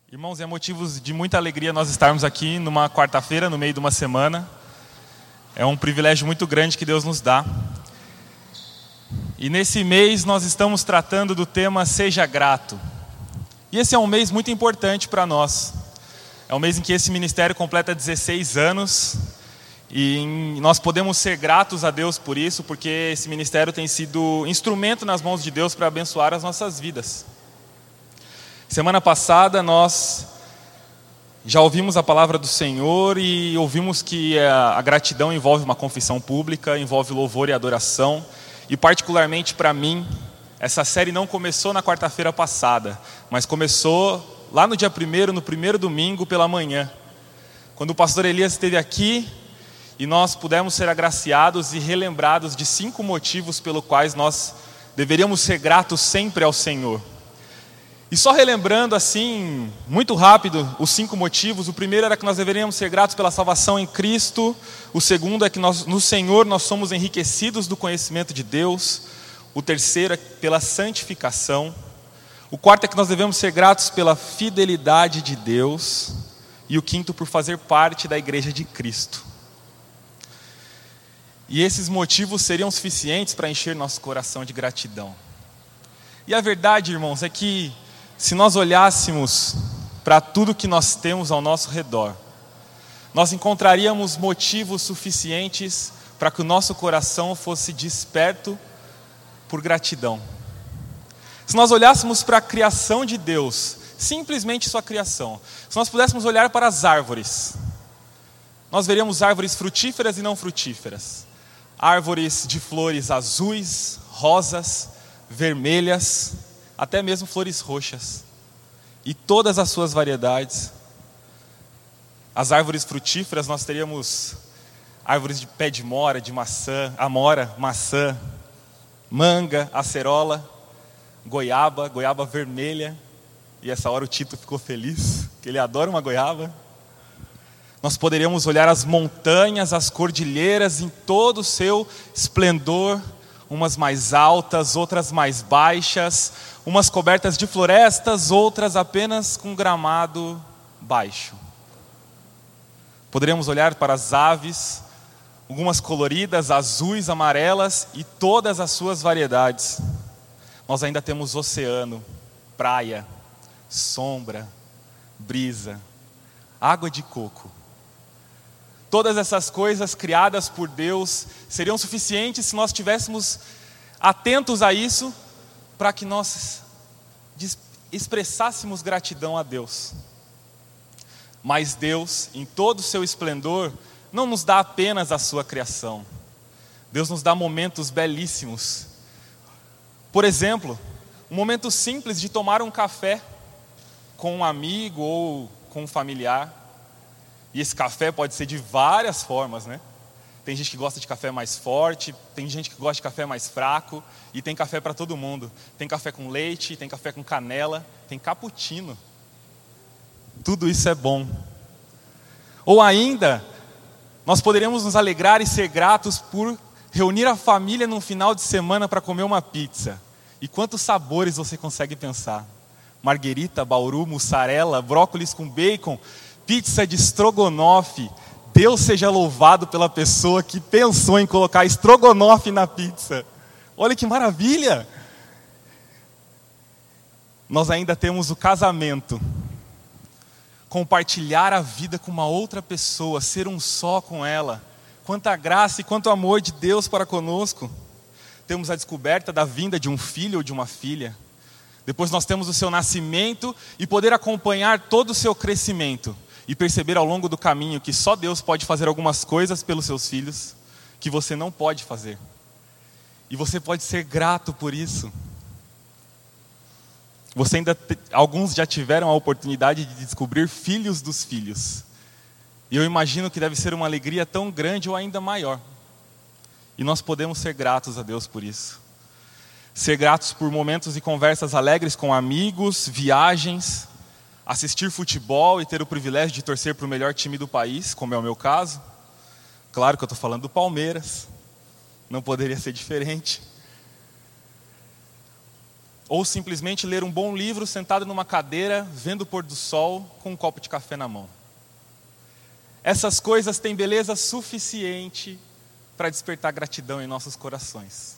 Irmãos, é motivo de muita alegria nós estarmos aqui numa quarta-feira, no meio de uma semana. É um privilégio muito grande que Deus nos dá. E nesse mês nós estamos tratando do tema Seja Grato. E esse é um mês muito importante para nós. É um mês em que esse ministério completa 16 anos. E nós podemos ser gratos a Deus por isso, porque esse ministério tem sido instrumento nas mãos de Deus para abençoar as nossas vidas. Semana passada nós já ouvimos a palavra do Senhor e ouvimos que a gratidão envolve uma confissão pública, envolve louvor e adoração. E particularmente para mim, essa série não começou na quarta-feira passada, mas começou lá no dia 1º, no primeiro domingo pela manhã, quando o pastor Elias esteve aqui e nós pudemos ser agraciados e relembrados de 5 motivos pelos quais nós deveríamos ser gratos sempre ao Senhor. E só relembrando assim, muito rápido, os 5 motivos. O primeiro era que nós deveríamos ser gratos pela salvação em Cristo. O segundo é que no Senhor nós somos enriquecidos do conhecimento de Deus. O terceiro é pela santificação. O quarto é que nós devemos ser gratos pela fidelidade de Deus. E o quinto, por fazer parte da igreja de Cristo. E esses motivos seriam suficientes para encher nosso coração de gratidão. E a verdade, irmãos, é que se nós olhássemos para tudo que nós temos ao nosso redor, nós encontraríamos motivos suficientes para que o nosso coração fosse desperto por gratidão. Se nós olhássemos para a criação de Deus, simplesmente sua criação, se nós pudéssemos olhar para as árvores, nós veríamos árvores frutíferas e não frutíferas, árvores de flores azuis, rosas, vermelhas, até mesmo flores roxas, e todas as suas variedades. As árvores frutíferas, nós teríamos árvores de pé de mora, de maçã, amora, maçã, manga, acerola, goiaba vermelha, e essa hora o Tito ficou feliz, que ele adora uma goiaba. Nós poderíamos olhar as montanhas, as cordilheiras em todo o seu esplendor, umas mais altas, outras mais baixas, umas cobertas de florestas, outras apenas com gramado baixo. Poderíamos olhar para as aves, algumas coloridas, azuis, amarelas e todas as suas variedades. Nós ainda temos oceano, praia, sombra, brisa, água de coco. Todas essas coisas criadas por Deus seriam suficientes se nós estivéssemos atentos a isso, para que nós expressássemos gratidão a Deus. Mas Deus, em todo o seu esplendor, não nos dá apenas a sua criação. Deus nos dá momentos belíssimos. Por exemplo, um momento simples de tomar um café com um amigo ou com um familiar. E esse café pode ser de várias formas, né? Tem gente que gosta de café mais forte, tem gente que gosta de café mais fraco, e tem café para todo mundo. Tem café com leite, tem café com canela, tem cappuccino. Tudo isso é bom. Ou ainda, nós poderíamos nos alegrar e ser gratos por reunir a família num final de semana para comer uma pizza. E quantos sabores você consegue pensar? Marguerita, bauru, mussarela, brócolis com bacon, pizza de estrogonofe. Deus seja louvado pela pessoa que pensou em colocar estrogonofe na pizza. Olha que maravilha! Nós ainda temos o casamento. Compartilhar a vida com uma outra pessoa, ser um só com ela. Quanta graça e quanto amor de Deus para conosco. Temos a descoberta da vinda de um filho ou de uma filha. Depois nós temos o seu nascimento e poder acompanhar todo o seu crescimento. E perceber ao longo do caminho que só Deus pode fazer algumas coisas pelos seus filhos que você não pode fazer. E você pode ser grato por isso. Alguns já tiveram a oportunidade de descobrir filhos dos filhos. E eu imagino que deve ser uma alegria tão grande ou ainda maior. E nós podemos ser gratos a Deus por isso. Ser gratos por momentos e conversas alegres com amigos, viagens, assistir futebol e ter o privilégio de torcer para o melhor time do país, como é o meu caso. Claro que eu estou falando do Palmeiras, não poderia ser diferente. ou simplesmente ler um bom livro sentado numa cadeira, vendo o pôr do sol com um copo de café na mão. Essas coisas têm beleza suficiente para despertar gratidão em nossos corações.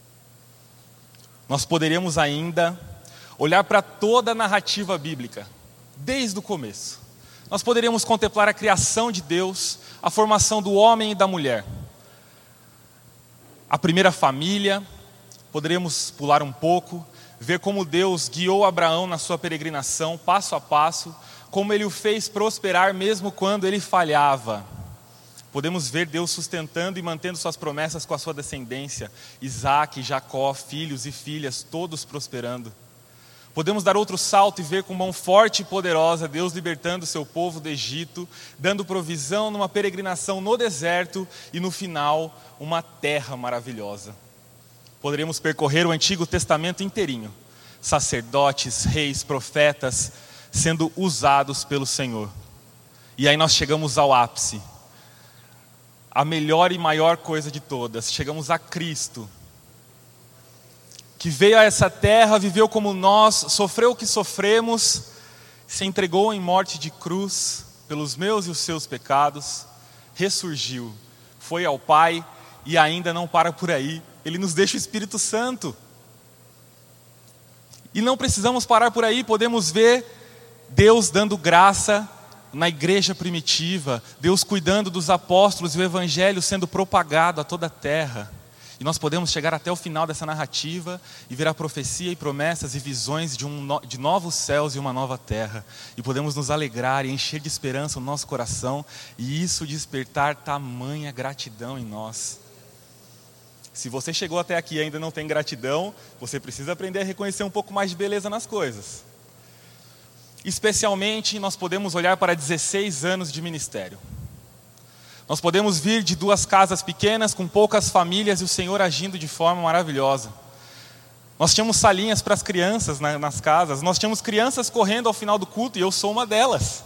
Nós poderíamos ainda olhar para toda a narrativa bíblica, desde o começo. Nós poderíamos contemplar a criação de Deus, a formação do homem e da mulher, a primeira família. Poderíamos pular um pouco, ver como Deus guiou Abraão na sua peregrinação, passo a passo, como ele o fez prosperar mesmo quando ele falhava. Podemos ver Deus sustentando e mantendo suas promessas com a sua descendência, Isaac, Jacó, filhos e filhas, todos prosperando. Podemos dar outro salto e ver com mão forte e poderosa Deus libertando o seu povo do Egito, dando provisão numa peregrinação no deserto e no final uma terra maravilhosa. Poderíamos percorrer o Antigo Testamento inteirinho, sacerdotes, reis, profetas sendo usados pelo Senhor. E aí nós chegamos ao ápice, a melhor e maior coisa de todas, chegamos a Cristo, que veio a essa terra, viveu como nós, sofreu o que sofremos, se entregou em morte de cruz pelos meus e os seus pecados, ressurgiu, foi ao Pai e ainda não para por aí, Ele nos deixa o Espírito Santo. E não precisamos parar por aí, podemos ver Deus dando graça na igreja primitiva, Deus cuidando dos apóstolos e o evangelho sendo propagado a toda a terra. E nós podemos chegar até o final dessa narrativa e ver a profecia e promessas e visões de novos céus e uma nova terra. E podemos nos alegrar e encher de esperança o nosso coração e isso despertar tamanha gratidão em nós. Se você chegou até aqui e ainda não tem gratidão, você precisa aprender a reconhecer um pouco mais de beleza nas coisas. Especialmente, nós podemos olhar para 16 anos de ministério. Nós podemos vir de 2 casas pequenas, com poucas famílias, e o Senhor agindo de forma maravilhosa. Nós tínhamos salinhas para as crianças nas casas, nós tínhamos crianças correndo ao final do culto, e eu sou uma delas.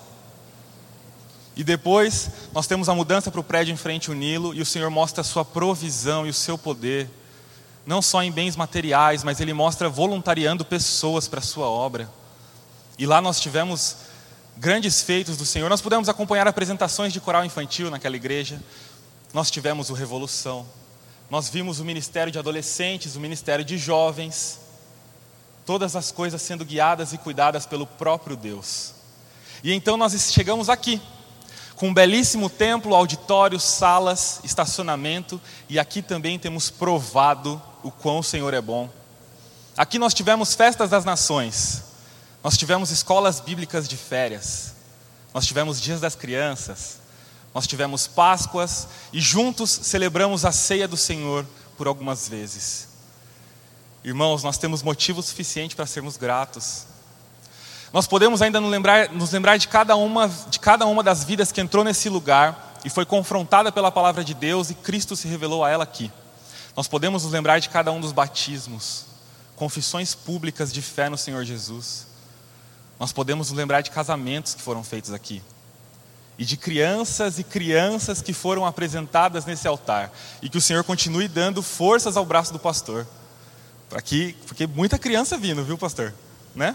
E depois, nós temos a mudança para o prédio em frente ao Nilo, e o Senhor mostra a sua provisão e o seu poder, não só em bens materiais, mas Ele mostra voluntariando pessoas para a sua obra. E lá nós tivemos grandes feitos do Senhor. Nós pudemos acompanhar apresentações de coral infantil naquela igreja. Nós tivemos o Revolução. Nós vimos o ministério de adolescentes, o ministério de jovens. Todas as coisas sendo guiadas e cuidadas pelo próprio Deus. E então nós chegamos aqui, com um belíssimo templo, auditório, salas, estacionamento. E aqui também temos provado o quão o Senhor é bom. Aqui nós tivemos festas das nações. Nós tivemos escolas bíblicas de férias, nós tivemos dias das crianças, nós tivemos Páscoas e juntos celebramos a ceia do Senhor por algumas vezes. Irmãos, nós temos motivo suficiente para sermos gratos. Nós podemos ainda nos lembrar de cada uma das vidas que entrou nesse lugar e foi confrontada pela palavra de Deus e Cristo se revelou a ela aqui. Nós podemos nos lembrar de cada um dos batismos, confissões públicas de fé no Senhor Jesus. Nós podemos nos lembrar de casamentos que foram feitos aqui. E de crianças e crianças que foram apresentadas nesse altar. E que o Senhor continue dando forças ao braço do pastor. Porque muita criança vindo, viu, pastor? Né?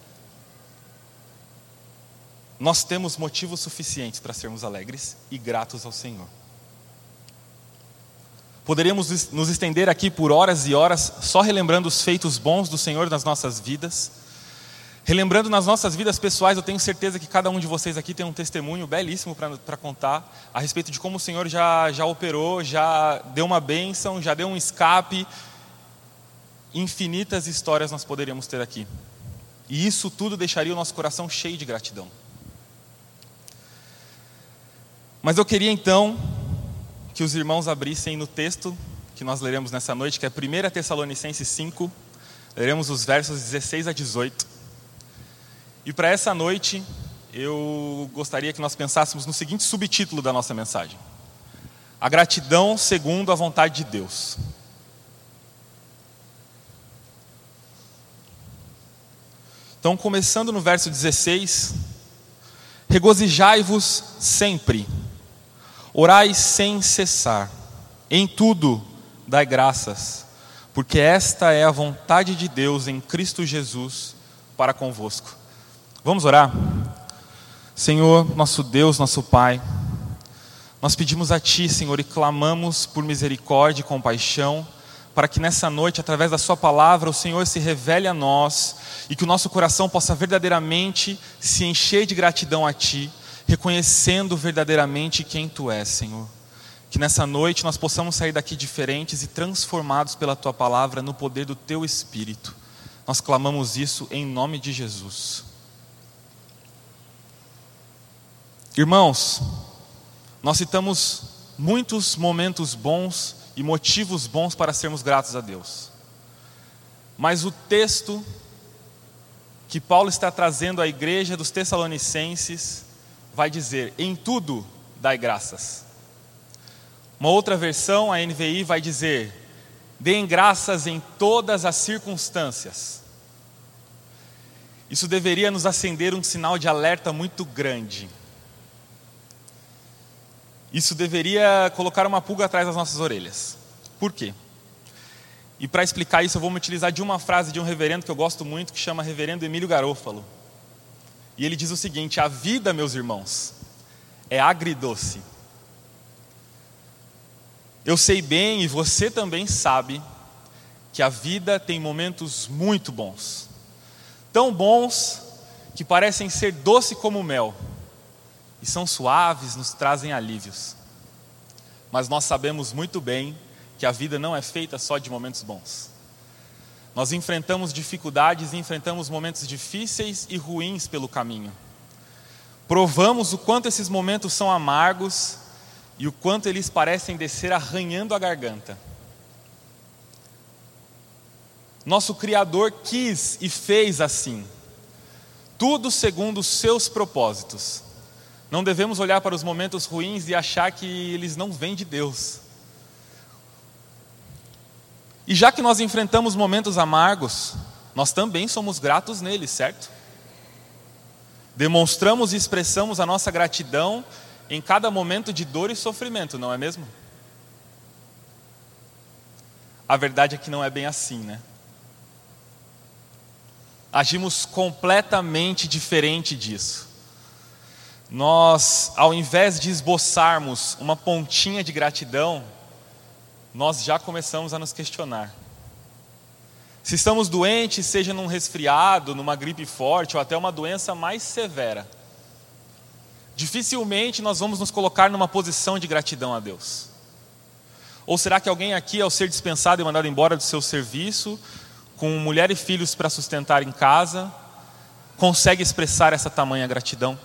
Nós temos motivos suficientes para sermos alegres e gratos ao Senhor. Poderíamos nos estender aqui por horas e horas, só relembrando os feitos bons do Senhor nas nossas vidas. Relembrando nas nossas vidas pessoais, eu tenho certeza que cada um de vocês aqui tem um testemunho belíssimo para contar a respeito de como o Senhor já operou, já deu uma bênção, já deu um escape. Infinitas histórias nós poderíamos ter aqui. E isso tudo deixaria o nosso coração cheio de gratidão. Mas eu queria então que os irmãos abrissem no texto que nós leremos nessa noite, que é 1 Tessalonicenses 5, leremos os versos 16 a 18. E para essa noite, eu gostaria que nós pensássemos no seguinte subtítulo da nossa mensagem: a gratidão segundo a vontade de Deus. Então, começando no verso 16: regozijai-vos sempre, orai sem cessar, em tudo dai graças, porque esta é a vontade de Deus em Cristo Jesus para convosco. Vamos orar? Senhor, nosso Deus, nosso Pai, nós pedimos a Ti, Senhor, e clamamos por misericórdia e compaixão, para que nessa noite, através da Sua palavra, o Senhor se revele a nós e que o nosso coração possa verdadeiramente se encher de gratidão a Ti, reconhecendo verdadeiramente quem Tu és, Senhor. Que nessa noite nós possamos sair daqui diferentes e transformados pela Tua palavra no poder do Teu Espírito. Nós clamamos isso em nome de Jesus. Irmãos, nós citamos muitos momentos bons e motivos bons para sermos gratos a Deus. Mas o texto que Paulo está trazendo à igreja dos Tessalonicenses vai dizer: em tudo dai graças. Uma outra versão, a NVI, vai dizer: deem graças em todas as circunstâncias. Isso deveria nos acender um sinal de alerta muito grande. Isso deveria colocar uma pulga atrás das nossas orelhas. Por quê? E para explicar isso eu vou me utilizar de uma frase de um reverendo que eu gosto muito, que chama Reverendo Emílio Garofalo. E ele diz o seguinte: a vida, meus irmãos, é agridoce. Eu sei bem, e você também sabe, que a vida tem momentos muito bons. Tão bons que parecem ser doce como mel. E são suaves, nos trazem alívios. Mas nós sabemos muito bem que a vida não é feita só de momentos bons. Nós enfrentamos dificuldades e enfrentamos momentos difíceis e ruins pelo caminho. Provamos o quanto esses momentos são amargos e o quanto eles parecem descer arranhando a garganta. Nosso Criador quis e fez assim, tudo segundo os seus propósitos. Não devemos olhar para os momentos ruins e achar que eles não vêm de Deus. E já que nós enfrentamos momentos amargos, nós também somos gratos neles, certo? Demonstramos e expressamos a nossa gratidão em cada momento de dor e sofrimento, não é mesmo? A verdade é que não é bem assim, né? Agimos completamente diferente disso. Nós, ao invés de esboçarmos uma pontinha de gratidão, nós já começamos a nos questionar. Se estamos doentes, seja num resfriado, numa gripe forte ou até uma doença mais severa, dificilmente nós vamos nos colocar numa posição de gratidão a Deus. Ou será que alguém aqui, ao ser dispensado e mandado embora do seu serviço, com mulher e filhos para sustentar em casa, consegue expressar essa tamanha gratidão?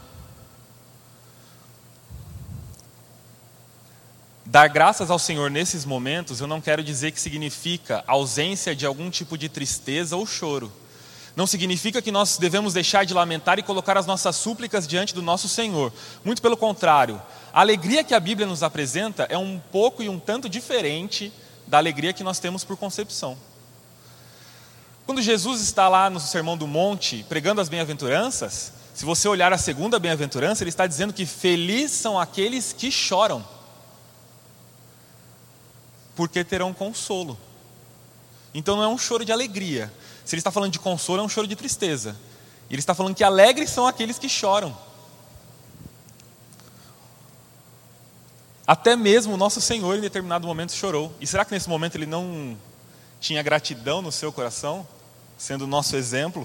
Dar graças ao Senhor nesses momentos, eu não quero dizer que significa ausência de algum tipo de tristeza ou choro. Não significa que nós devemos deixar de lamentar e colocar as nossas súplicas diante do nosso Senhor. Muito pelo contrário, a alegria que a Bíblia nos apresenta é um pouco e um tanto diferente da alegria que nós temos por concepção. Quando Jesus está lá no Sermão do Monte, pregando as bem-aventuranças, se você olhar a segunda bem-aventurança, ele está dizendo que felizes são aqueles que choram, porque terão consolo. Então não é um choro de alegria. Se ele está falando de consolo, é um choro de tristeza. E ele está falando que alegres são aqueles que choram. Até mesmo o nosso Senhor em determinado momento chorou. E será que nesse momento ele não tinha gratidão no seu coração, sendo o nosso exemplo?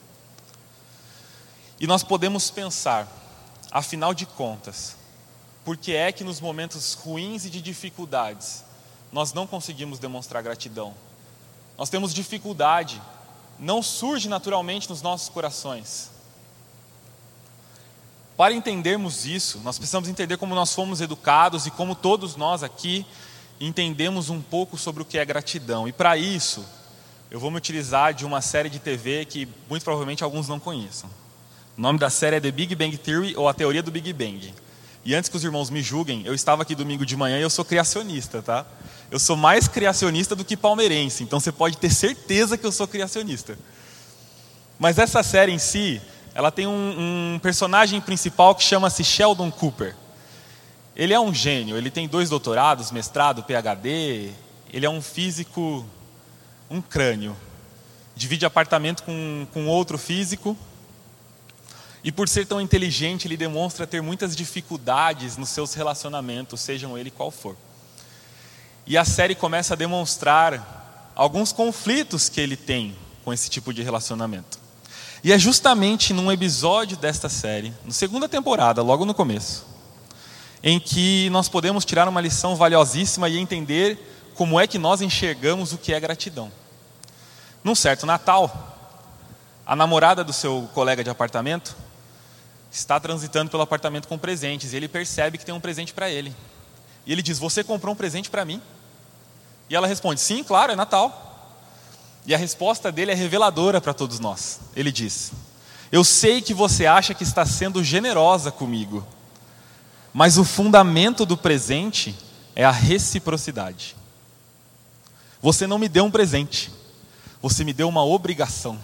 E nós podemos pensar, afinal de contas, por que é que nos momentos ruins e de dificuldades nós não conseguimos demonstrar gratidão? Nós temos dificuldade, não surge naturalmente nos nossos corações. Para entendermos isso, nós precisamos entender como nós fomos educados e como todos nós aqui entendemos um pouco sobre o que é gratidão. E para isso, eu vou me utilizar de uma série de TV que muito provavelmente alguns não conheçam. O nome da série é The Big Bang Theory, ou A Teoria do Big Bang. E antes que os irmãos me julguem, eu estava aqui domingo de manhã e eu sou criacionista, tá? Eu sou mais criacionista do que palmeirense, então você pode ter certeza que eu sou criacionista. Mas essa série em si, ela tem um personagem principal que chama-se Sheldon Cooper. Ele é um gênio, ele tem 2 doutorados, mestrado, PhD, ele é um físico um crânio. Divide apartamento com outro físico. E por ser tão inteligente, ele demonstra ter muitas dificuldades nos seus relacionamentos, sejam ele qual for. E a série começa a demonstrar alguns conflitos que ele tem com esse tipo de relacionamento. E é justamente num episódio desta série, na segunda temporada, logo no começo, em que nós podemos tirar uma lição valiosíssima e entender como é que nós enxergamos o que é gratidão. Num certo Natal, a namorada do seu colega de apartamento está transitando pelo apartamento com presentes, e ele percebe que tem um presente para ele. E ele diz: você comprou um presente para mim? E ela responde: sim, claro, é Natal. E a resposta dele é reveladora para todos nós. Ele diz: eu sei que você acha que está sendo generosa comigo, mas o fundamento do presente é a reciprocidade. Você não me deu um presente, você me deu uma obrigação.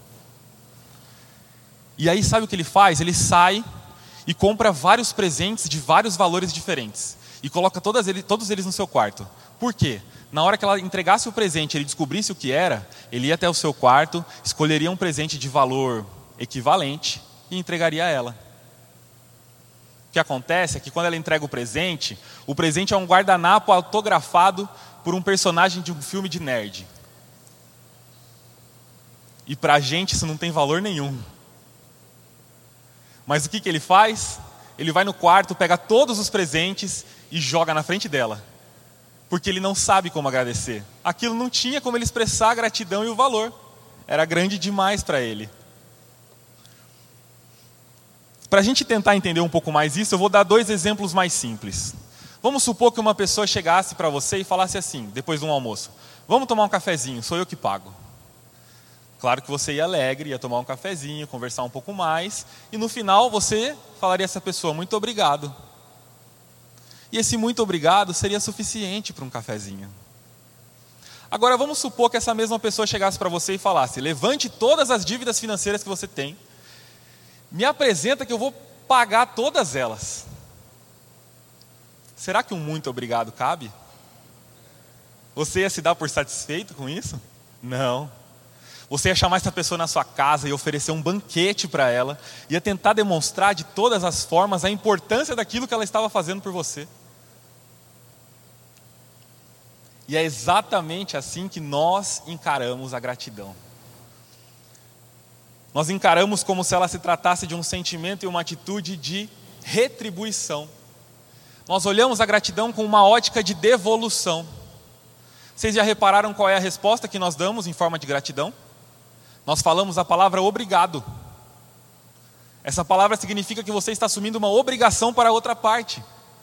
E aí sabe o que ele faz? Ele sai e compra vários presentes de vários valores diferentes e coloca todos eles no seu quarto. Por quê? Na hora que ela entregasse o presente e ele descobrisse o que era, ele ia até o seu quarto, escolheria um presente de valor equivalente e entregaria a ela. O que acontece é que quando ela entrega o presente é um guardanapo autografado por um personagem de um filme de nerd. E pra gente isso não tem valor nenhum. Mas o que ele faz? Ele vai no quarto, pega todos os presentes e joga na frente dela. Porque ele não sabe como agradecer. Aquilo não tinha como ele expressar a gratidão e o valor. Era grande demais para ele. Para a gente tentar entender um pouco mais isso, eu vou dar 2 exemplos mais simples. Vamos supor que uma pessoa chegasse para você e falasse assim, depois de um almoço: vamos tomar um cafezinho, sou eu que pago. Claro que você ia alegre, ia tomar um cafezinho, conversar um pouco mais, e no final você falaria a essa pessoa: muito obrigado. E esse muito obrigado seria suficiente para um cafezinho. Agora vamos supor que essa mesma pessoa chegasse para você e falasse: levante todas as dívidas financeiras que você tem, me apresenta que eu vou pagar todas elas. Será que um muito obrigado cabe? Você ia se dar por satisfeito com isso? Não. Você ia chamar essa pessoa na sua casa e oferecer um banquete para ela, ia tentar demonstrar de todas as formas a importância daquilo que ela estava fazendo por você. E é exatamente assim que nós encaramos a gratidão. Nós encaramos como se ela se tratasse de um sentimento e uma atitude de retribuição. Nós olhamos a gratidão com uma ótica de devolução. Vocês já repararam qual é a resposta que nós damos em forma de gratidão? Nós falamos a palavra obrigado. Essa palavra significa que você está assumindo uma obrigação para a outra parte.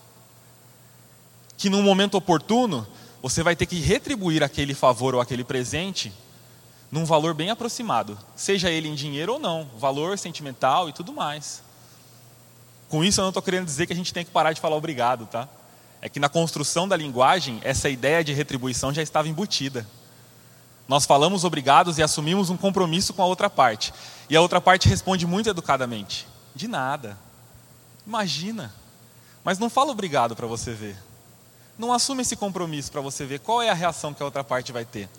Que num momento oportuno, você vai ter que retribuir aquele favor ou aquele presente num valor bem aproximado. Seja ele em dinheiro ou não, valor sentimental e tudo mais. Com isso eu não estou querendo dizer que a gente tem que parar de falar obrigado, tá? É que na construção da linguagem, essa ideia de retribuição já estava embutida. Nós falamos obrigados e assumimos um compromisso com a outra parte. E a outra parte responde muito educadamente: de nada. Imagina. Mas não fala obrigado para você ver. Não assume esse compromisso para você ver qual é a reação que a outra parte vai ter.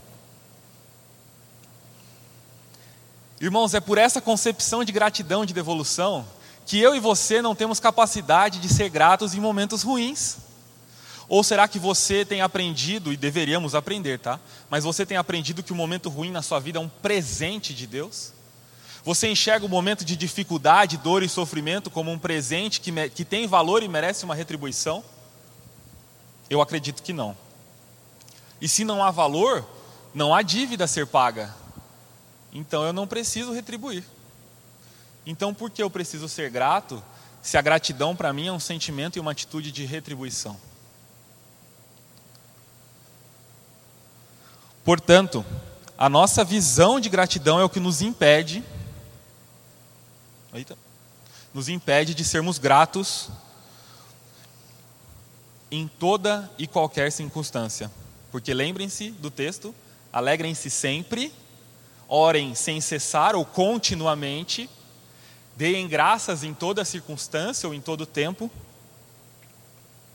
Irmãos, é por essa concepção de gratidão, de devolução, que eu e você não temos capacidade de ser gratos em momentos ruins. Ou será que você tem aprendido, e deveríamos aprender, tá? Mas você tem aprendido que o momento ruim na sua vida é um presente de Deus? Você enxerga o momento de dificuldade, dor e sofrimento como um presente que tem valor e merece uma retribuição? Eu acredito que não. E se não há valor, não há dívida a ser paga. Então eu não preciso retribuir. Então por que eu preciso ser grato, se a gratidão para mim é um sentimento e uma atitude de retribuição? Portanto, a nossa visão de gratidão é o que nos impede de sermos gratos em toda e qualquer circunstância. Porque lembrem-se do texto: alegrem-se sempre, orem sem cessar ou continuamente, deem graças em toda circunstância ou em todo tempo.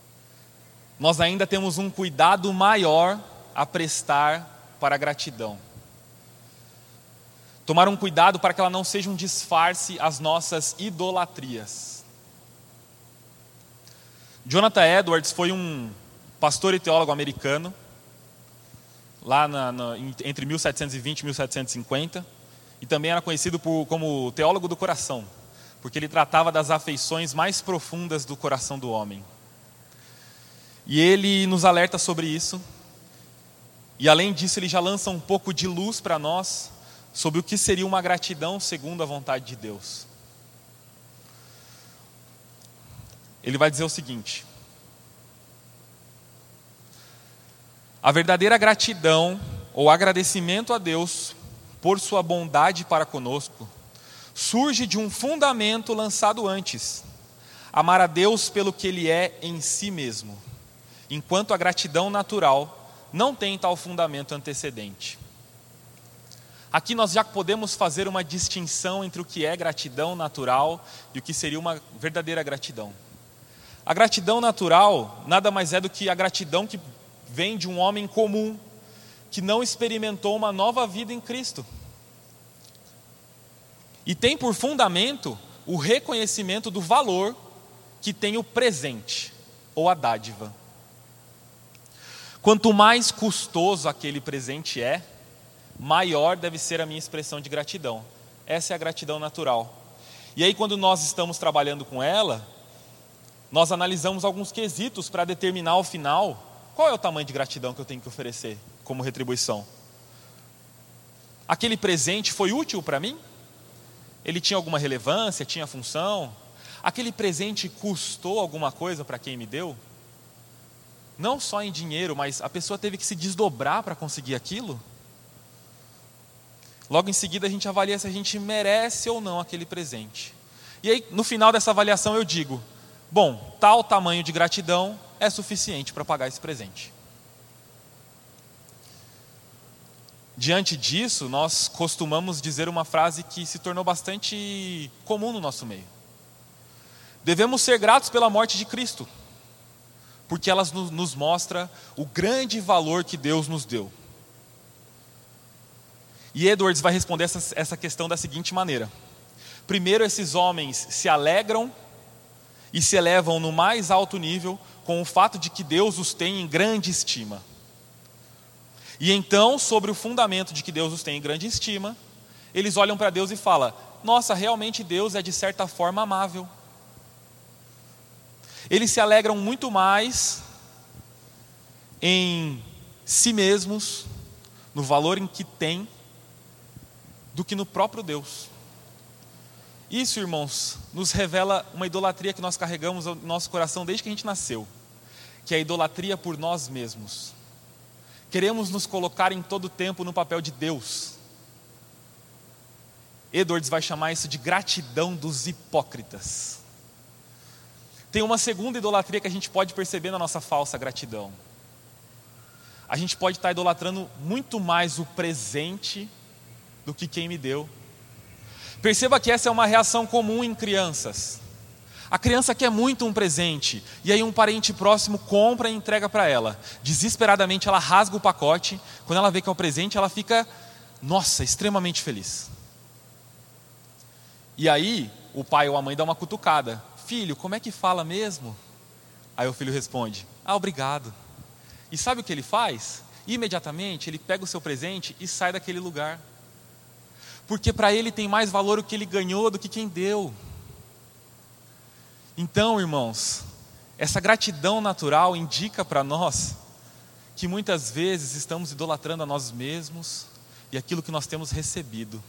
Nós ainda temos um cuidado maior a prestar para a gratidão. Tomar um cuidado para que ela não seja um disfarce às nossas idolatrias. Jonathan Edwards foi um pastor e teólogo americano, lá entre 1720 e 1750, e também era conhecido como teólogo do coração, porque ele tratava das afeições mais profundas do coração do homem. E ele nos alerta sobre isso, e além disso ele já lança um pouco de luz para nós, sobre o que seria uma gratidão segundo a vontade de Deus. Ele vai dizer o seguinte: a verdadeira gratidão ou agradecimento a Deus por sua bondade para conosco surge de um fundamento lançado antes: amar a Deus pelo que Ele é em si mesmo, enquanto a gratidão natural não tem tal fundamento antecedente. Aqui nós já podemos fazer uma distinção entre o que é gratidão natural e o que seria uma verdadeira gratidão. A gratidão natural nada mais é do que a gratidão que vem de um homem comum, que não experimentou uma nova vida em Cristo. E tem por fundamento o reconhecimento do valor que tem o presente, ou a dádiva. Quanto mais custoso aquele presente é, maior deve ser a minha expressão de gratidão. Essa é a gratidão natural. E aí, quando nós estamos trabalhando com ela, nós analisamos alguns quesitos para determinar ao final qual é o tamanho de gratidão que eu tenho que oferecer como retribuição. Aquele presente foi útil para mim? Ele tinha alguma relevância, tinha função? Aquele presente custou alguma coisa para quem me deu? Não só em dinheiro, mas a pessoa teve que se desdobrar para conseguir aquilo? Logo em seguida a gente avalia se a gente merece ou não aquele presente. E aí no final dessa avaliação eu digo: bom, tal tamanho de gratidão é suficiente para pagar esse presente. Diante disso, nós costumamos dizer uma frase que se tornou bastante comum no nosso meio: devemos ser gratos pela morte de Cristo, porque ela nos mostra o grande valor que Deus nos deu. E Edwards vai responder essa questão da seguinte maneira: primeiro, esses homens se alegram e se elevam no mais alto nível com o fato de que Deus os tem em grande estima. E então, sobre o fundamento de que Deus os tem em grande estima, eles olham para Deus e falam: nossa, realmente Deus é de certa forma amável. Eles se alegram muito mais em si mesmos, no valor em que têm, do que no próprio Deus. Isso, irmãos, nos revela uma idolatria que nós carregamos no nosso coração desde que a gente nasceu, que é a idolatria por nós mesmos. Queremos nos colocar em todo tempo no papel de Deus. Edwards vai chamar isso de gratidão dos hipócritas. Tem uma segunda idolatria que a gente pode perceber na nossa falsa gratidão. A gente pode estar idolatrando muito mais o presente do que quem me deu. Perceba que essa é uma reação comum em crianças. A criança quer muito um presente, e aí um parente próximo compra e entrega para ela. Desesperadamente ela rasga o pacote. Quando ela vê que é o presente, ela fica, nossa, extremamente feliz. E aí o pai ou a mãe dá uma cutucada: filho, como é que fala mesmo? Aí o filho responde: obrigado. E sabe o que ele faz? Imediatamente ele pega o seu presente e sai daquele lugar, porque para ele tem mais valor o que ele ganhou do que quem deu. Então, irmãos, essa gratidão natural indica para nós que muitas vezes estamos idolatrando a nós mesmos e aquilo que nós temos recebido.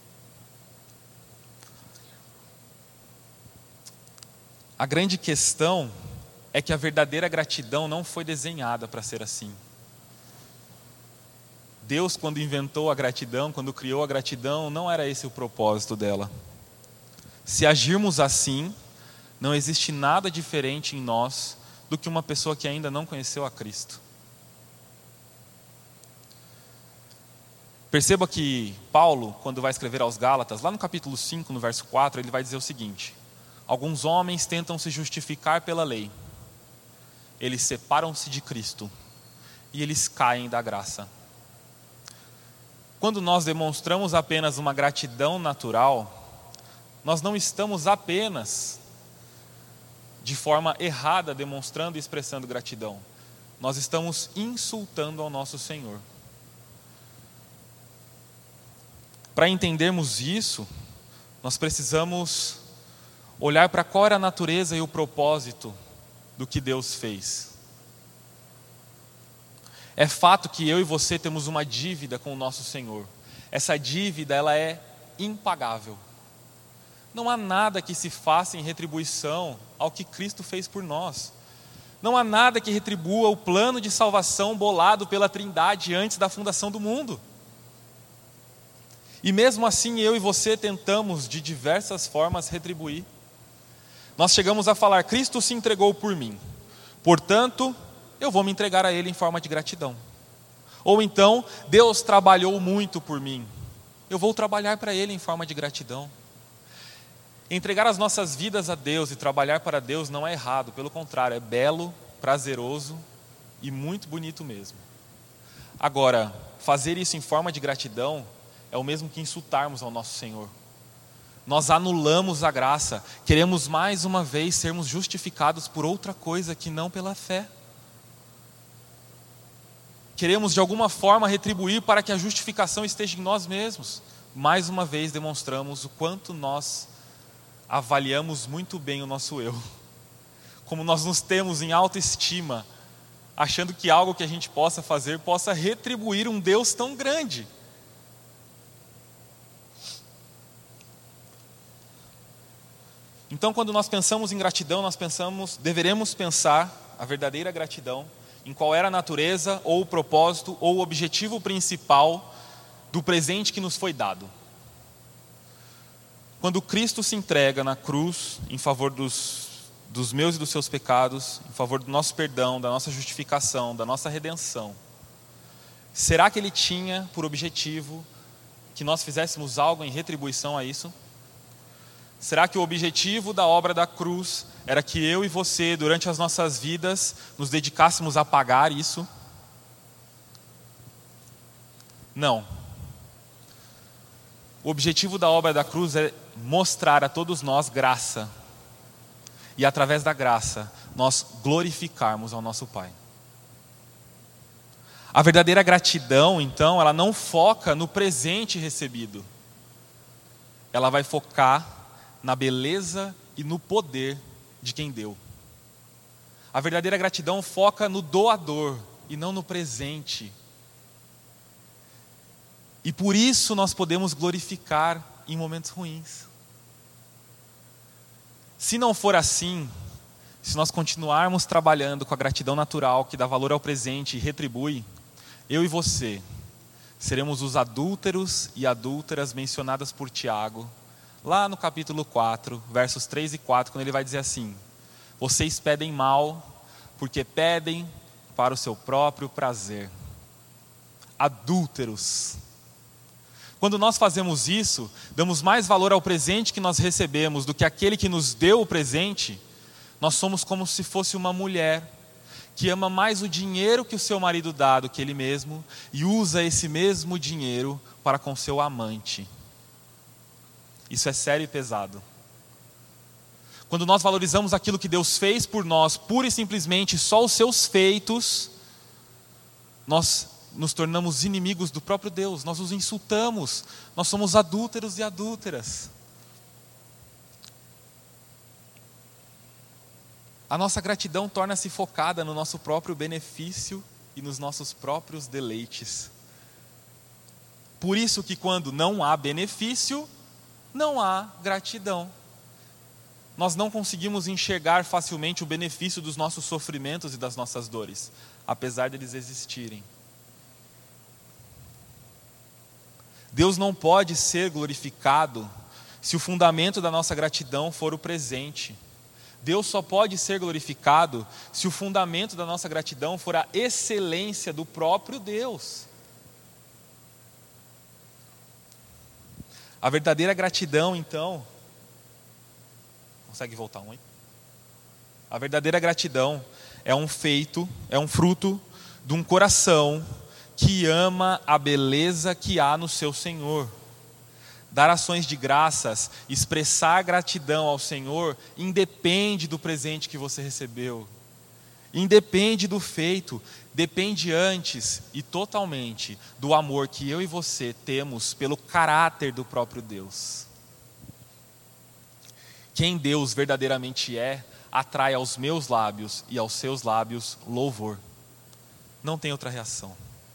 A grande questão é que a verdadeira gratidão não foi desenhada para ser assim. Deus, quando inventou a gratidão, quando criou a gratidão, não era esse o propósito dela. Se agirmos assim, não existe nada diferente em nós do que uma pessoa que ainda não conheceu a Cristo. Perceba que Paulo, quando vai escrever aos Gálatas, lá no capítulo 5, no verso 4, ele vai dizer o seguinte: alguns homens tentam se justificar pela lei, eles separam-se de Cristo e eles caem da graça. Quando nós demonstramos apenas uma gratidão natural, nós não estamos apenas de forma errada demonstrando e expressando gratidão. Nós estamos insultando ao nosso Senhor. Para entendermos isso, nós precisamos olhar para qual era a natureza e o propósito do que Deus fez. É fato que eu e você temos uma dívida com o nosso Senhor. Essa dívida, ela é impagável. Não há nada que se faça em retribuição ao que Cristo fez por nós. Não há nada que retribua o plano de salvação bolado pela Trindade antes da fundação do mundo. E mesmo assim eu e você tentamos de diversas formas retribuir. Nós chegamos a falar: Cristo se entregou por mim, portanto eu vou me entregar a Ele em forma de gratidão. Ou então, Deus trabalhou muito por mim, eu vou trabalhar para Ele em forma de gratidão. Entregar as nossas vidas a Deus e trabalhar para Deus não é errado, pelo contrário, é belo, prazeroso e muito bonito mesmo. Agora, fazer isso em forma de gratidão é o mesmo que insultarmos ao nosso Senhor. Nós anulamos a graça, queremos mais uma vez sermos justificados por outra coisa que não pela fé. Queremos de alguma forma retribuir para que a justificação esteja em nós mesmos. Mais uma vez demonstramos o quanto nós avaliamos muito bem o nosso eu. Como nós nos temos em autoestima, achando que algo que a gente possa fazer possa retribuir um Deus tão grande. Então, quando nós pensamos em gratidão, deveremos pensar a verdadeira gratidão em qual era a natureza, ou o propósito, ou o objetivo principal do presente que nos foi dado. Quando Cristo se entrega na cruz em favor dos meus e dos seus pecados, em favor do nosso perdão, da nossa justificação, da nossa redenção, será que Ele tinha por objetivo que nós fizéssemos algo em retribuição a isso? Será que o objetivo da obra da cruz era que eu e você, durante as nossas vidas, nos dedicássemos a pagar isso? Não. O objetivo da obra da cruz é mostrar a todos nós graça. E através da graça, nós glorificarmos ao nosso Pai. A verdadeira gratidão, então, ela não foca no presente recebido. Ela vai focar na beleza e no poder de quem deu. A verdadeira gratidão foca no doador e não no presente. E por isso nós podemos glorificar em momentos ruins. Se não for assim, se nós continuarmos trabalhando com a gratidão natural que dá valor ao presente e retribui, eu e você seremos os adúlteros e adúlteras mencionadas por Tiago, lá no capítulo 4, versos 3 e 4, quando ele vai dizer assim: vocês pedem mal, porque pedem para o seu próprio prazer. Adúlteros. Quando nós fazemos isso, damos mais valor ao presente que nós recebemos do que aquele que nos deu o presente. Nós somos como se fosse uma mulher que ama mais o dinheiro que o seu marido dá do que ele mesmo, e usa esse mesmo dinheiro para com seu amante. Isso é sério e pesado. Quando nós valorizamos aquilo que Deus fez por nós, pura e simplesmente só os seus feitos, nós nos tornamos inimigos do próprio Deus, nós os insultamos, nós somos adúlteros e adúlteras. A nossa gratidão torna-se focada no nosso próprio benefício e nos nossos próprios deleites. Por isso que quando não há benefício, não há gratidão. Nós não conseguimos enxergar facilmente o benefício dos nossos sofrimentos e das nossas dores, apesar deles existirem. Deus não pode ser glorificado se o fundamento da nossa gratidão for o presente. Deus só pode ser glorificado se o fundamento da nossa gratidão for a excelência do próprio Deus. A verdadeira gratidão, então, consegue voltar um aí? A verdadeira gratidão é um fruto de um coração que ama a beleza que há no seu Senhor. Dar ações de graças, expressar gratidão ao Senhor, independe do presente que você recebeu. Independe do feito, depende antes e totalmente do amor que eu e você temos pelo caráter do próprio Deus. Quem Deus verdadeiramente é, atrai aos meus lábios e aos seus lábios louvor. Não tem outra reação.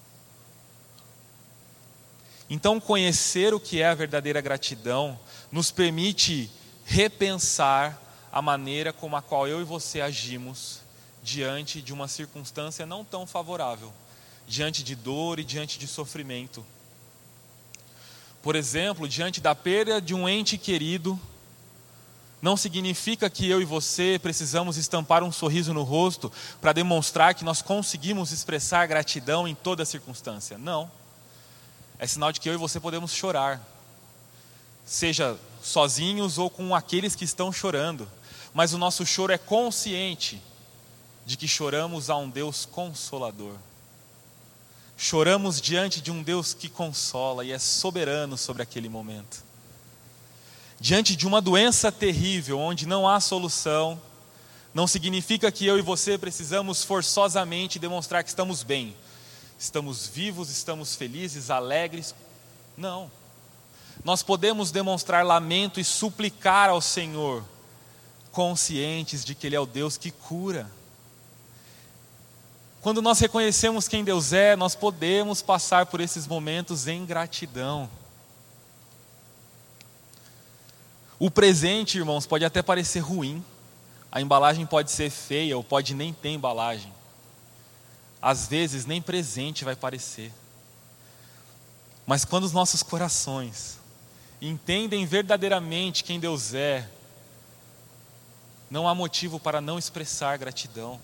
Então, conhecer o que é a verdadeira gratidão nos permite repensar a maneira como a qual eu e você agimos diante de uma circunstância não tão favorável, diante de dor e diante de sofrimento. Por exemplo, diante da perda de um ente querido, não significa que eu e você precisamos estampar um sorriso no rosto para demonstrar que nós conseguimos expressar gratidão em toda circunstância. Não. É sinal de que eu e você podemos chorar, seja sozinhos ou com aqueles que estão chorando, mas o nosso choro é consciente de que choramos a um Deus consolador. Choramos diante de um Deus que consola e é soberano sobre aquele momento. Diante de uma doença terrível, onde não há solução, não significa que eu e você precisamos forçosamente demonstrar que estamos bem. Estamos vivos, estamos felizes, alegres. Não. Nós podemos demonstrar lamento e suplicar ao Senhor, conscientes de que Ele é o Deus que cura. Quando nós reconhecemos quem Deus é, nós podemos passar por esses momentos em gratidão. O presente, irmãos, pode até parecer ruim. A embalagem pode ser feia ou pode nem ter embalagem. Às vezes nem presente vai parecer. Mas quando os nossos corações entendem verdadeiramente quem Deus é, não há motivo para não expressar gratidão.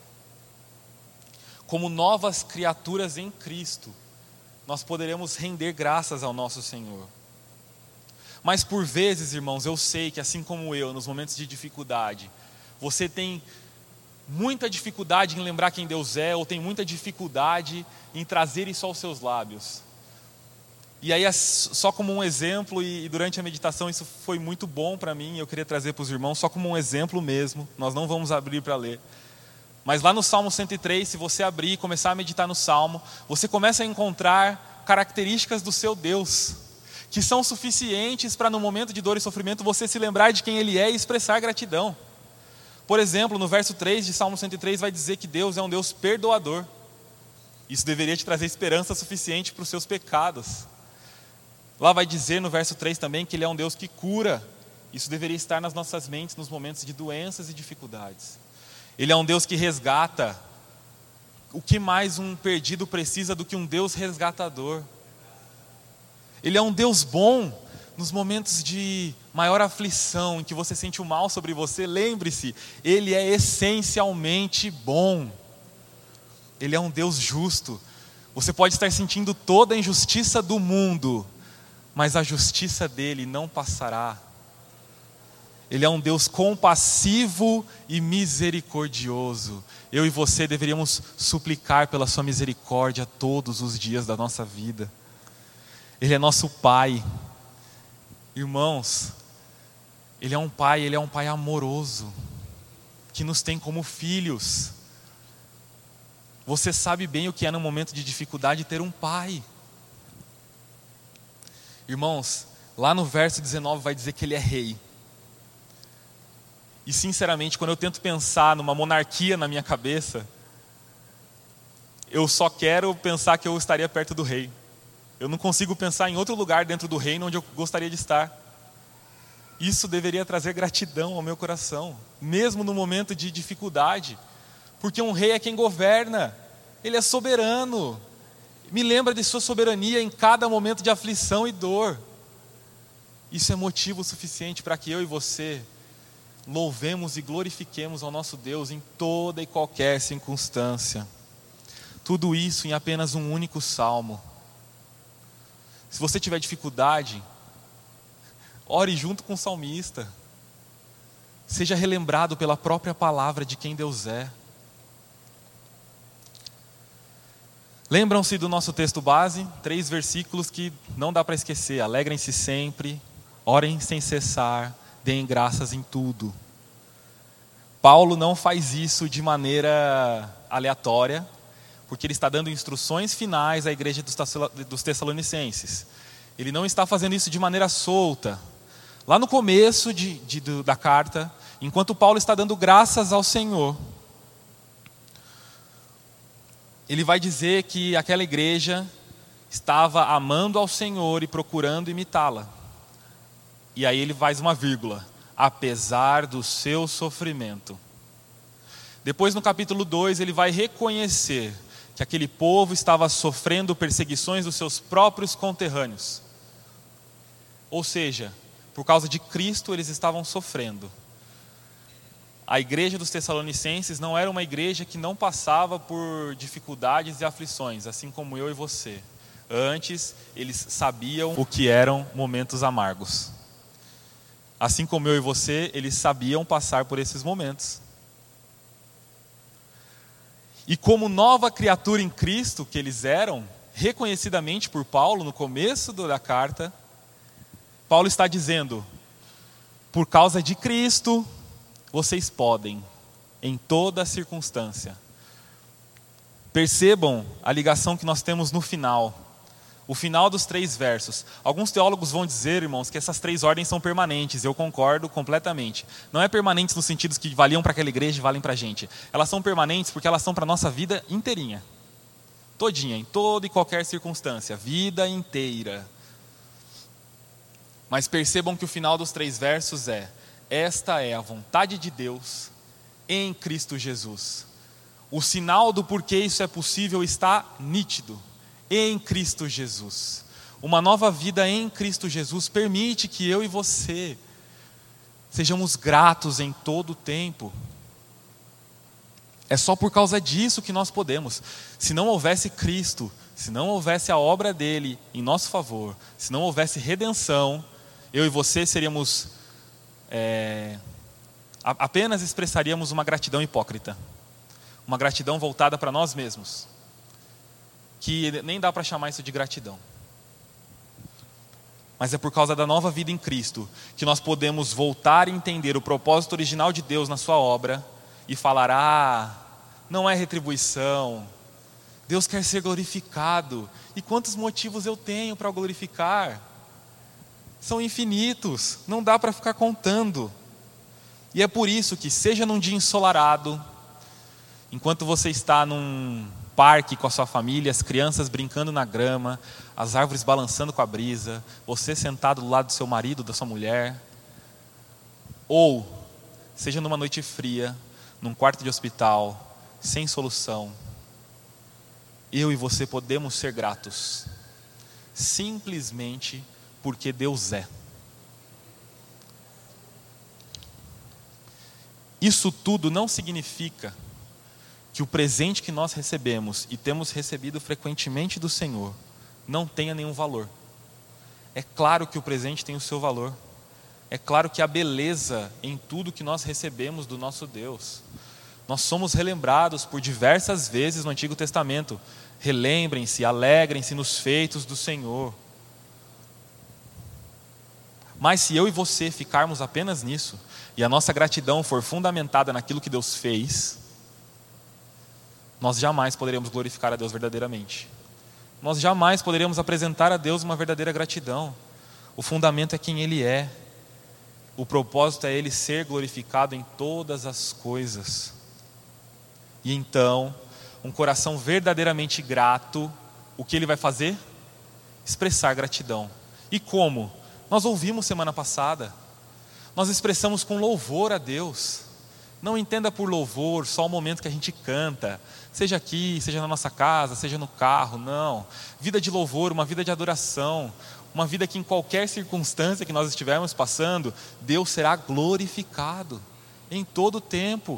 Como novas criaturas em Cristo, nós poderemos render graças ao nosso Senhor. Mas por vezes, irmãos, eu sei que assim como eu, nos momentos de dificuldade, você tem muita dificuldade em lembrar quem Deus é, ou tem muita dificuldade em trazer isso aos seus lábios. E aí, só como um exemplo, e durante a meditação isso foi muito bom para mim, eu queria trazer para os irmãos, só como um exemplo mesmo, nós não vamos abrir para ler. Mas lá no Salmo 103, se você abrir e começar a meditar no Salmo, você começa a encontrar características do seu Deus, que são suficientes para no momento de dor e sofrimento você se lembrar de quem Ele é e expressar gratidão. Por exemplo, no verso 3 de Salmo 103 vai dizer que Deus é um Deus perdoador. Isso deveria te trazer esperança suficiente para os seus pecados. Lá vai dizer no verso 3 também que Ele é um Deus que cura. Isso deveria estar nas nossas mentes nos momentos de doenças e dificuldades. Ele é um Deus que resgata. O que mais um perdido precisa do que um Deus resgatador? Ele é um Deus bom. Nos momentos de maior aflição, em que você sente o mal sobre você, lembre-se, Ele é essencialmente bom. Ele é um Deus justo. Você pode estar sentindo toda a injustiça do mundo, mas a justiça dele não passará. Ele é um Deus compassivo e misericordioso. Eu e você deveríamos suplicar pela sua misericórdia todos os dias da nossa vida. Ele é nosso Pai. Irmãos, Ele é um Pai amoroso, que nos tem como filhos. Você sabe bem o que é no momento de dificuldade ter um pai. Irmãos, lá no verso 19 vai dizer que Ele é rei. E sinceramente, quando eu tento pensar numa monarquia na minha cabeça, eu só quero pensar que eu estaria perto do rei. Eu não consigo pensar em outro lugar dentro do reino onde eu gostaria de estar. Isso deveria trazer gratidão ao meu coração, mesmo no momento de dificuldade, porque um rei é quem governa, ele é soberano, me lembra de sua soberania em cada momento de aflição e dor. Isso é motivo suficiente para que eu e você louvemos e glorifiquemos ao nosso Deus em toda e qualquer circunstância. Tudo isso em apenas um único salmo. Se você tiver dificuldade, ore junto com o salmista. Seja relembrado pela própria palavra de quem Deus é. Lembram-se do nosso texto base, 3 versículos que não dá para esquecer. Alegrem-se sempre, orem sem cessar, deem graças em tudo. Paulo não faz isso de maneira aleatória, porque ele está dando instruções finais à igreja dos Tessalonicenses. Ele não está fazendo isso de maneira solta. Lá no começo da carta, enquanto Paulo está dando graças ao Senhor, ele vai dizer que aquela igreja estava amando ao Senhor e procurando imitá-la. E aí ele faz uma vírgula, apesar do seu sofrimento. Depois no capítulo 2 ele vai reconhecer que aquele povo estava sofrendo perseguições dos seus próprios conterrâneos. Ou seja, por causa de Cristo eles estavam sofrendo. A igreja dos Tessalonicenses não era uma igreja que não passava por dificuldades e aflições, assim como eu e você. Antes, eles sabiam o que eram momentos amargos. Assim como eu e você, eles sabiam passar por esses momentos. E como nova criatura em Cristo que eles eram, reconhecidamente por Paulo, no começo da carta, Paulo está dizendo, por causa de Cristo, vocês podem, em toda circunstância. Percebam a ligação que nós temos no final. O final dos 3 versos. Alguns teólogos vão dizer, irmãos, que essas 3 ordens são permanentes. Eu concordo completamente. Não é permanentes no sentido que valiam para aquela igreja e valem para a gente. Elas são permanentes porque elas são para a nossa vida inteirinha. Todinha, em toda e qualquer circunstância. Vida inteira. Mas percebam que o final dos 3 versos é: esta é a vontade de Deus em Cristo Jesus. O sinal do porquê isso é possível está nítido. Em Cristo Jesus. Uma nova vida em Cristo Jesus permite que eu e você sejamos gratos em todo o tempo. É só por causa disso que nós podemos. Se não houvesse Cristo, se não houvesse a obra dele em nosso favor, se não houvesse redenção, eu e você seríamos apenas expressaríamos uma gratidão hipócrita, uma gratidão voltada para nós mesmos, que nem dá para chamar isso de gratidão. Mas é por causa da nova vida em Cristo que nós podemos voltar a entender o propósito original de Deus na sua obra e falar: não é retribuição, Deus quer ser glorificado. E quantos motivos eu tenho para o glorificar? São infinitos, não dá para ficar contando. E é por isso que, seja num dia ensolarado, enquanto você está num parque com a sua família, as crianças brincando na grama, as árvores balançando com a brisa, você sentado do lado do seu marido, da sua mulher, ou seja numa noite fria, num quarto de hospital, sem solução, eu e você podemos ser gratos, simplesmente porque Deus é. Isso tudo não significa que o presente que nós recebemos e temos recebido frequentemente do Senhor não tenha nenhum valor. É claro que o presente tem o seu valor. É claro que há beleza em tudo que nós recebemos do nosso Deus. Nós somos relembrados por diversas vezes no Antigo Testamento. Relembrem-se, alegrem-se nos feitos do Senhor. Mas se eu e você ficarmos apenas nisso, e a nossa gratidão for fundamentada naquilo que Deus fez, nós jamais poderemos glorificar a Deus verdadeiramente. Nós jamais poderemos apresentar a Deus uma verdadeira gratidão. O fundamento é quem Ele é. O propósito é Ele ser glorificado em todas as coisas. E então, um coração verdadeiramente grato, o que ele vai fazer? Expressar gratidão. E como? Nós ouvimos semana passada. Nós expressamos com louvor a Deus. Não entenda por louvor só o momento que a gente canta, seja aqui, seja na nossa casa, seja no carro, não. Vida de louvor, uma vida de adoração, uma vida que em qualquer circunstância que nós estivermos passando, Deus será glorificado em todo o tempo.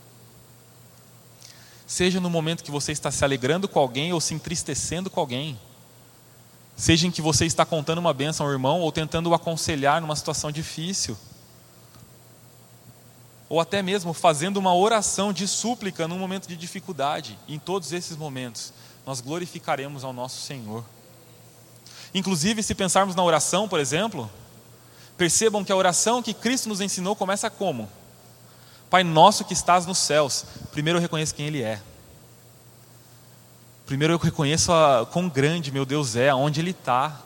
Seja no momento que você está se alegrando com alguém ou se entristecendo com alguém, seja em que você está contando uma bênção ao irmão ou tentando o aconselhar numa situação difícil, ou até mesmo fazendo uma oração de súplica num momento de dificuldade. Em todos esses momentos, nós glorificaremos ao nosso Senhor. Inclusive, se pensarmos na oração, por exemplo, percebam que a oração que Cristo nos ensinou começa como? Pai nosso que estás nos céus. Primeiro eu reconheço quem Ele é. Primeiro eu reconheço quão grande meu Deus é, aonde Ele está.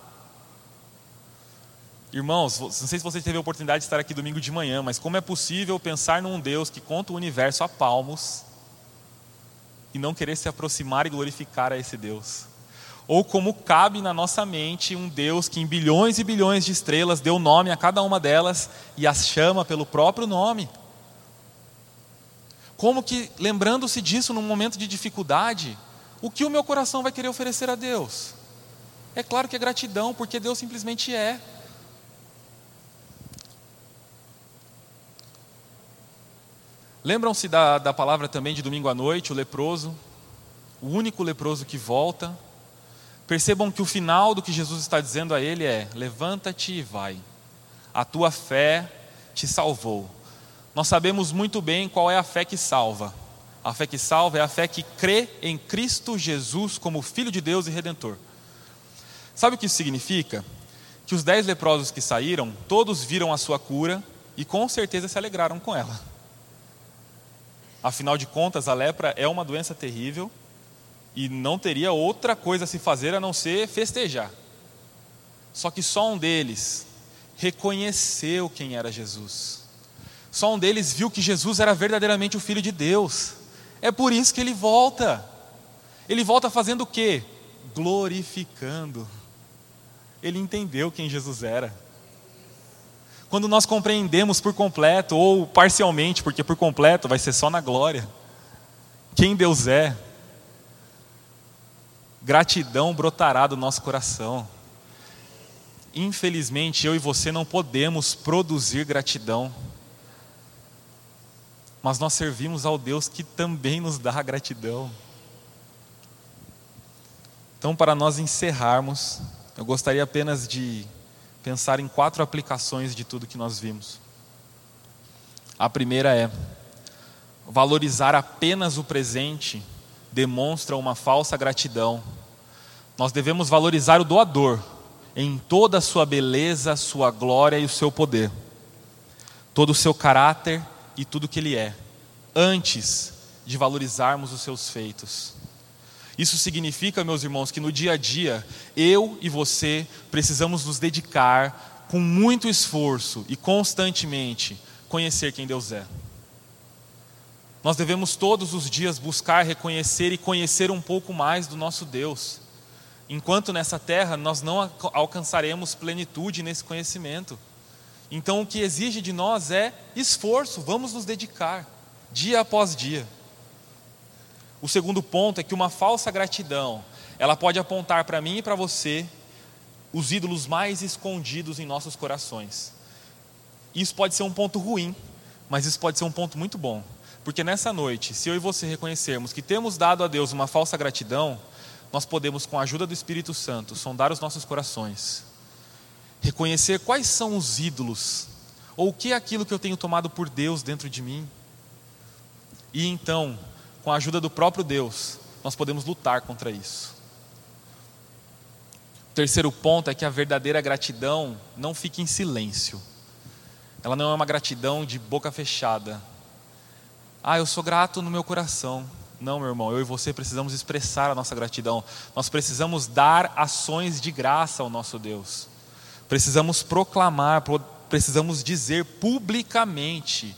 Irmãos, não sei se você teve a oportunidade de estar aqui domingo de manhã, mas como é possível pensar num Deus que conta o universo a palmos e não querer se aproximar e glorificar a esse Deus? Ou como cabe na nossa mente um Deus que em bilhões e bilhões de estrelas deu nome a cada uma delas e as chama pelo próprio nome? Como que, lembrando-se disso num momento de dificuldade, o que o meu coração vai querer oferecer a Deus? É claro que é gratidão, porque Deus simplesmente é. Lembram-se da palavra também de domingo à noite, o leproso, o único leproso que volta. Percebam que o final do que Jesus está dizendo a ele é: levanta-te e vai, a tua fé te salvou. Nós sabemos muito bem qual é a fé que salva. A fé que salva é a fé que crê em Cristo Jesus como Filho de Deus e Redentor. Sabe o que isso significa? Que os 10 leprosos que saíram, todos viram a sua cura e com certeza se alegraram com ela. Afinal de contas, a lepra é uma doença terrível e não teria outra coisa a se fazer a não ser festejar. Só que só um deles reconheceu quem era Jesus. Só um deles viu que Jesus era verdadeiramente o Filho de Deus. É por isso que ele volta. Ele volta fazendo o quê? Glorificando. Ele entendeu quem Jesus era. Quando nós compreendemos por completo, ou parcialmente, porque por completo vai ser só na glória, quem Deus é, gratidão brotará do nosso coração. Infelizmente, eu e você não podemos produzir gratidão, mas nós servimos ao Deus que também nos dá gratidão. Então, para nós encerrarmos, eu gostaria apenas de pensar em 4 aplicações de tudo que nós vimos. A primeira é: valorizar apenas o presente demonstra uma falsa gratidão. Nós devemos valorizar o doador em toda a sua beleza, sua glória e o seu poder, todo o seu caráter e tudo que ele é, antes de valorizarmos os seus feitos. Isso significa, meus irmãos, que no dia a dia, eu e você precisamos nos dedicar com muito esforço e constantemente conhecer quem Deus é. Nós devemos todos os dias buscar reconhecer e conhecer um pouco mais do nosso Deus. Enquanto nessa terra nós não alcançaremos plenitude nesse conhecimento. Então o que exige de nós é esforço, vamos nos dedicar, dia após dia. O segundo ponto é que uma falsa gratidão, ela pode apontar para mim e para você os ídolos mais escondidos em nossos corações. Isso pode ser um ponto ruim, mas isso pode ser um ponto muito bom. Porque nessa noite, se eu e você reconhecermos que temos dado a Deus uma falsa gratidão, nós podemos, com a ajuda do Espírito Santo, sondar os nossos corações, reconhecer quais são os ídolos, ou o que é aquilo que eu tenho tomado por Deus dentro de mim. E então, com a ajuda do próprio Deus, nós podemos lutar contra isso. O terceiro ponto é que a verdadeira gratidão não fica em silêncio. Ela não é uma gratidão de boca fechada. Eu sou grato no meu coração. Não, meu irmão, eu e você precisamos expressar a nossa gratidão. Nós precisamos dar ações de graça ao nosso Deus. Precisamos proclamar, precisamos dizer publicamente,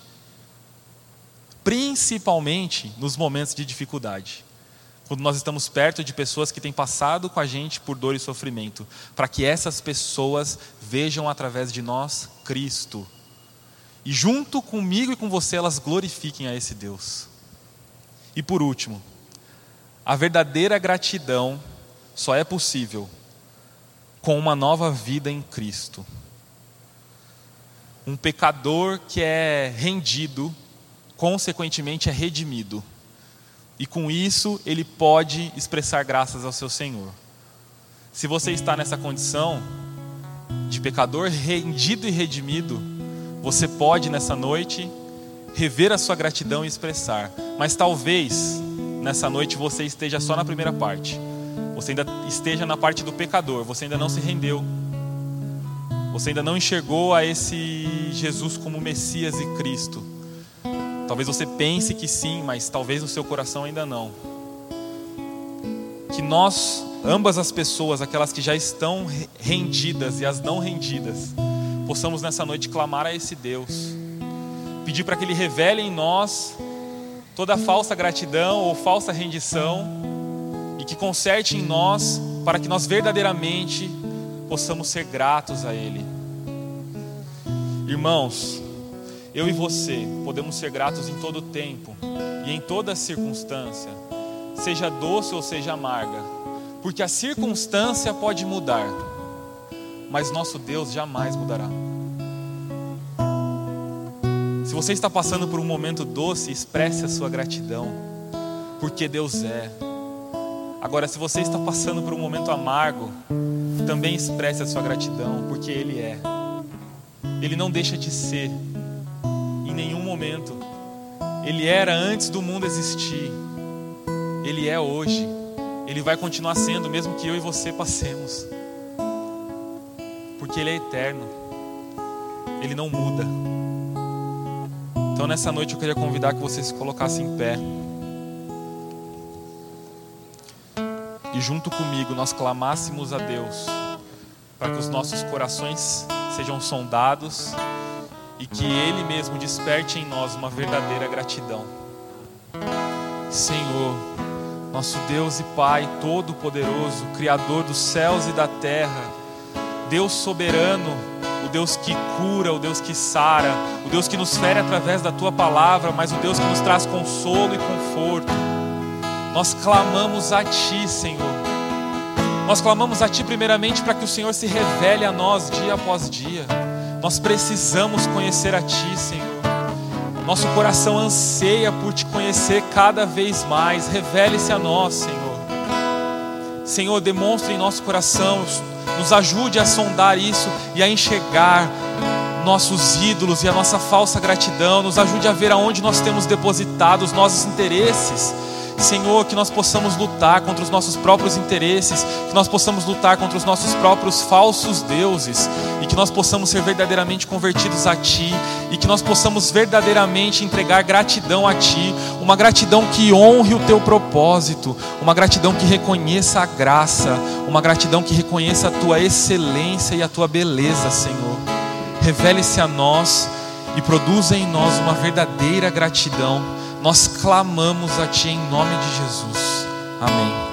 principalmente nos momentos de dificuldade, quando nós estamos perto de pessoas que têm passado com a gente por dor e sofrimento, para que essas pessoas vejam através de nós Cristo, e junto comigo e com você elas glorifiquem a esse Deus. E por último, a verdadeira gratidão só é possível com uma nova vida em Cristo. Um pecador que é rendido, consequentemente é redimido. E com isso ele pode expressar graças ao seu Senhor. Se você está nessa condição de pecador rendido e redimido, você pode nessa noite rever a sua gratidão e expressar. Mas talvez nessa noite você esteja só na primeira parte. você ainda esteja na parte do pecador, você ainda não se rendeu, você ainda não enxergou a esse Jesus como Messias e Cristo. Talvez você pense que sim, mas talvez no seu coração ainda não. Que nós, ambas as pessoas, aquelas que já estão rendidas e as não rendidas, possamos nessa noite clamar a esse Deus, pedir para que Ele revele em nós toda falsa gratidão ou falsa rendição e que conserte em nós para que nós verdadeiramente possamos ser gratos a Ele. Irmãos, eu e você podemos ser gratos em todo tempo e em toda circunstância, seja doce ou seja amarga, porque a circunstância pode mudar, mas nosso Deus jamais mudará. Se você está passando por um momento doce, expresse a sua gratidão, porque Deus é. Agora, se você está passando por um momento amargo, também expresse a sua gratidão, porque Ele é. Ele não deixa de ser em nenhum momento. Ele era antes do mundo existir. Ele é hoje. Ele vai continuar sendo, mesmo que eu e você passemos, porque Ele é eterno. Ele não muda. Então nessa noite eu queria convidar que você se colocasse em pé e junto comigo nós clamássemos a Deus para que os nossos corações sejam sondados e que Ele mesmo desperte em nós uma verdadeira gratidão. Senhor, nosso Deus e Pai Todo-Poderoso, Criador dos céus e da terra, Deus soberano, o Deus que cura, o Deus que sara, o Deus que nos fere através da Tua palavra, mas o Deus que nos traz consolo e conforto. Nós clamamos a Ti, Senhor. Nós clamamos a Ti primeiramente para que o Senhor se revele a nós dia após dia. Nós precisamos conhecer a Ti, Senhor. Nosso coração anseia por Te conhecer cada vez mais. Revele-se a nós, Senhor. Senhor, demonstre em nosso coração, nos ajude a sondar isso e a enxergar nossos ídolos e a nossa falsa gratidão. Nos ajude a ver aonde nós temos depositado os nossos interesses. Senhor, que nós possamos lutar contra os nossos próprios interesses, que nós possamos lutar contra os nossos próprios falsos deuses, e que nós possamos ser verdadeiramente convertidos a Ti, e que nós possamos verdadeiramente entregar gratidão a Ti, uma gratidão que honre o Teu propósito, uma gratidão que reconheça a graça, uma gratidão que reconheça a Tua excelência e a Tua beleza, Senhor. Revele-se a nós e produza em nós uma verdadeira gratidão. Nós clamamos a Ti em nome de Jesus. Amém.